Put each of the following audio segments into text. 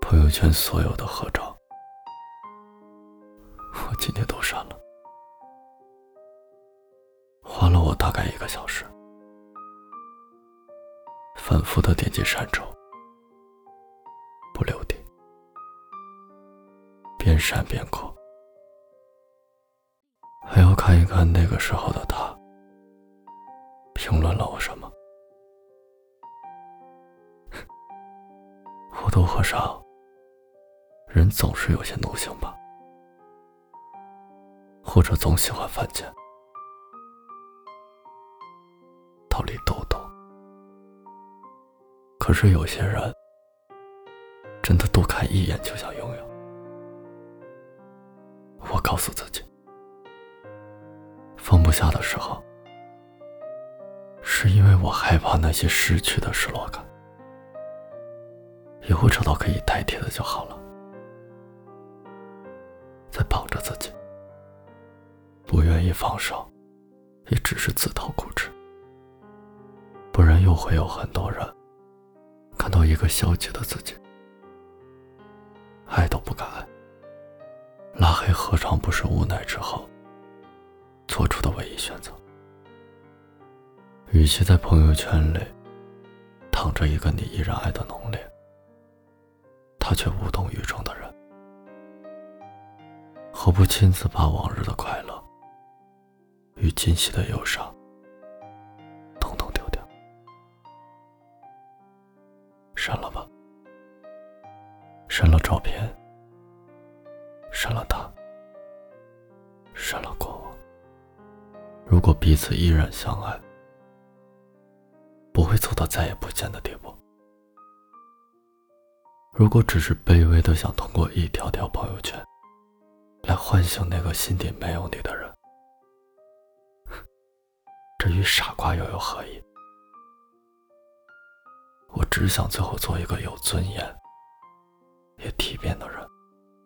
朋友圈所有的合照，我今天都删了，花了我大概1个小时，反复的点击删除，不留底，边删边哭，还要看一看那个时候的他评论了我什么。或多或少，人总是有些奴性吧，或者总喜欢犯贱，道理都懂，可是有些人真的多看一眼就想拥有。我告诉自己，放不下的时候，是因为我害怕那些失去的失落感，以后找到可以代替的就好了。在绑着自己，不愿意放手，也只是自讨苦吃。不然又会有很多人看到一个消极的自己，爱都不敢爱，拉黑何尝不是无奈之后做出的唯一选择？与其在朋友圈里躺着一个你依然爱的浓烈，他却无动于衷的人，何不亲自把往日的快乐与今夕的忧伤统统丢掉？删了吧，删了照片，删了他，删了过往。如果彼此依然相爱，不会走到再也不见的地步。如果只是卑微的想通过一条条朋友圈来唤醒那个心底没有你的人，这与傻瓜又有何异？我只想最后做一个有尊严也体面的人。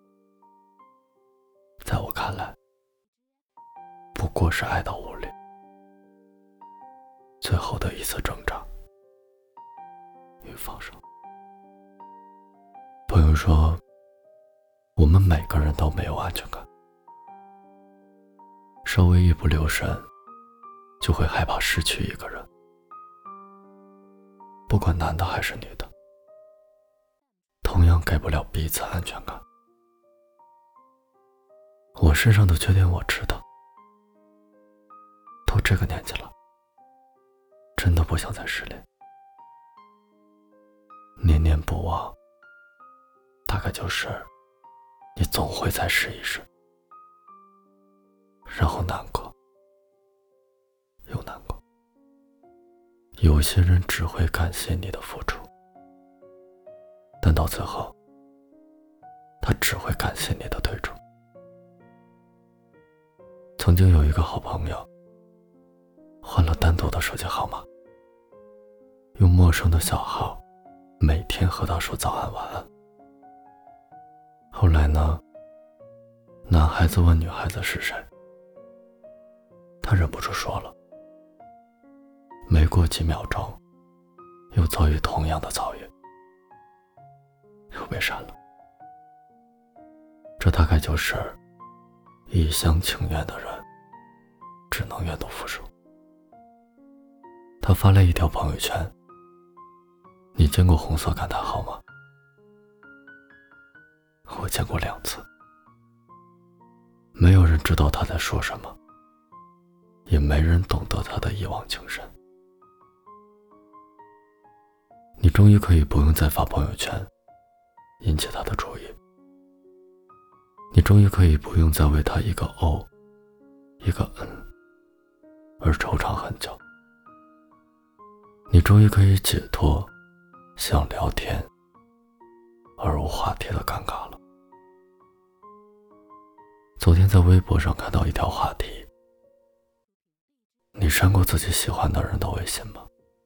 在我看来，不过是爱到无力，最后的一次挣扎与放手。朋友说，我们每个人都没有安全感，稍微一不留神就会害怕失去一个人，不管男的还是女的，同样给不了彼此安全感。我身上的缺点我知道，都这个年纪了，真的不想再失恋。念念不忘，大概就是你总会再试一试，然后难过又难过。有些人只会感谢你的付出，但到最后他只会感谢你的退出。曾经有一个好朋友换了单独的手机号码，用陌生的小号每天和他说早安晚安。后来呢，男孩子问女孩子是谁，他忍不住说了，没过几秒钟又遭遇同样的遭遇，又被删了。这大概就是一厢情愿的人只能愿赌服输。他发了一条朋友圈，你见过红色感叹号吗？我见过2次。没有人知道他在说什么，也没人懂得他的一往情深。你终于可以不用再发朋友圈引起他的注意，你终于可以不用再为他一个 O 一个 N 而惆怅很久，你终于可以解脱想聊天而无话题的尴尬了。昨天在微博上看到一条话题，你删过自己喜欢的人的微信吗？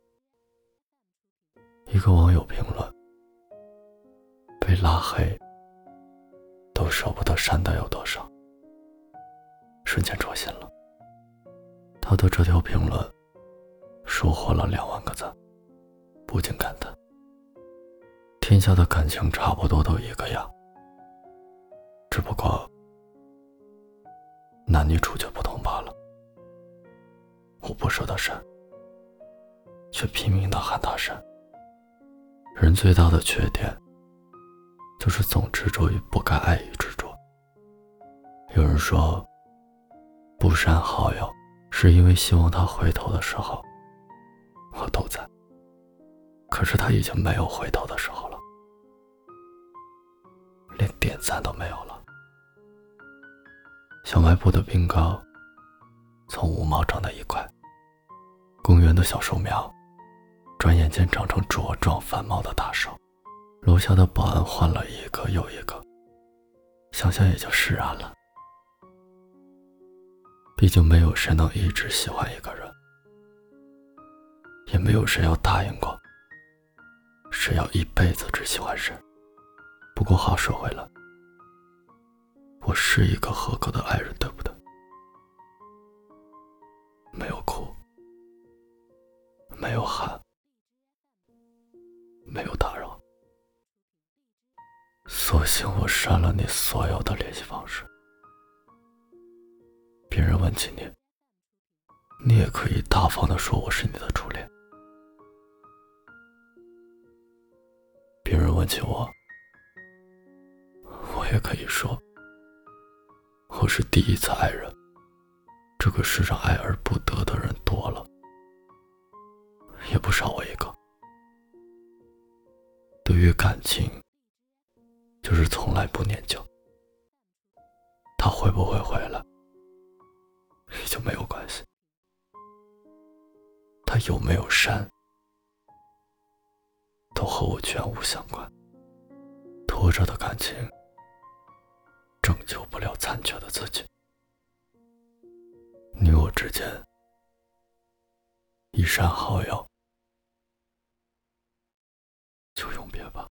一个网友评论，被拉黑都舍不得删的有多少，瞬间戳心了。他的这条评论收获了2万个赞，不禁感叹， 天下的感情差不多都一个样，只不过男女主角不同罢了。我不舍得删，却拼命地喊他删。人最大的缺点就是总执着于不该爱与执着。有人说不删好友是因为希望他回头的时候我都在，可是他已经没有回头的时候了，连点赞都没有了。小卖部的冰糕从5毛涨到1块，公园的小树苗转眼间长成茁壮繁茂的大树，楼下的保安换了一个又一个，想想也就释然了。毕竟没有谁能一直喜欢一个人，也没有谁要答应过谁要一辈子只喜欢谁。不过话说回来，我是一个合格的爱人，对不对？没有哭，没有喊，没有打扰，索性我删了你所有的联系方式。别人问起你，你也可以大方地说我是你的初恋。别人问起我，我也可以说我是第一次爱人。这个世上爱而不得的人多了，也不少我一个。对于感情，就是从来不念旧，他会不会回来已经没有关系，他有没有删都和我全无相关。拖着的感情拯救不了残缺的自己。你我之间一删好友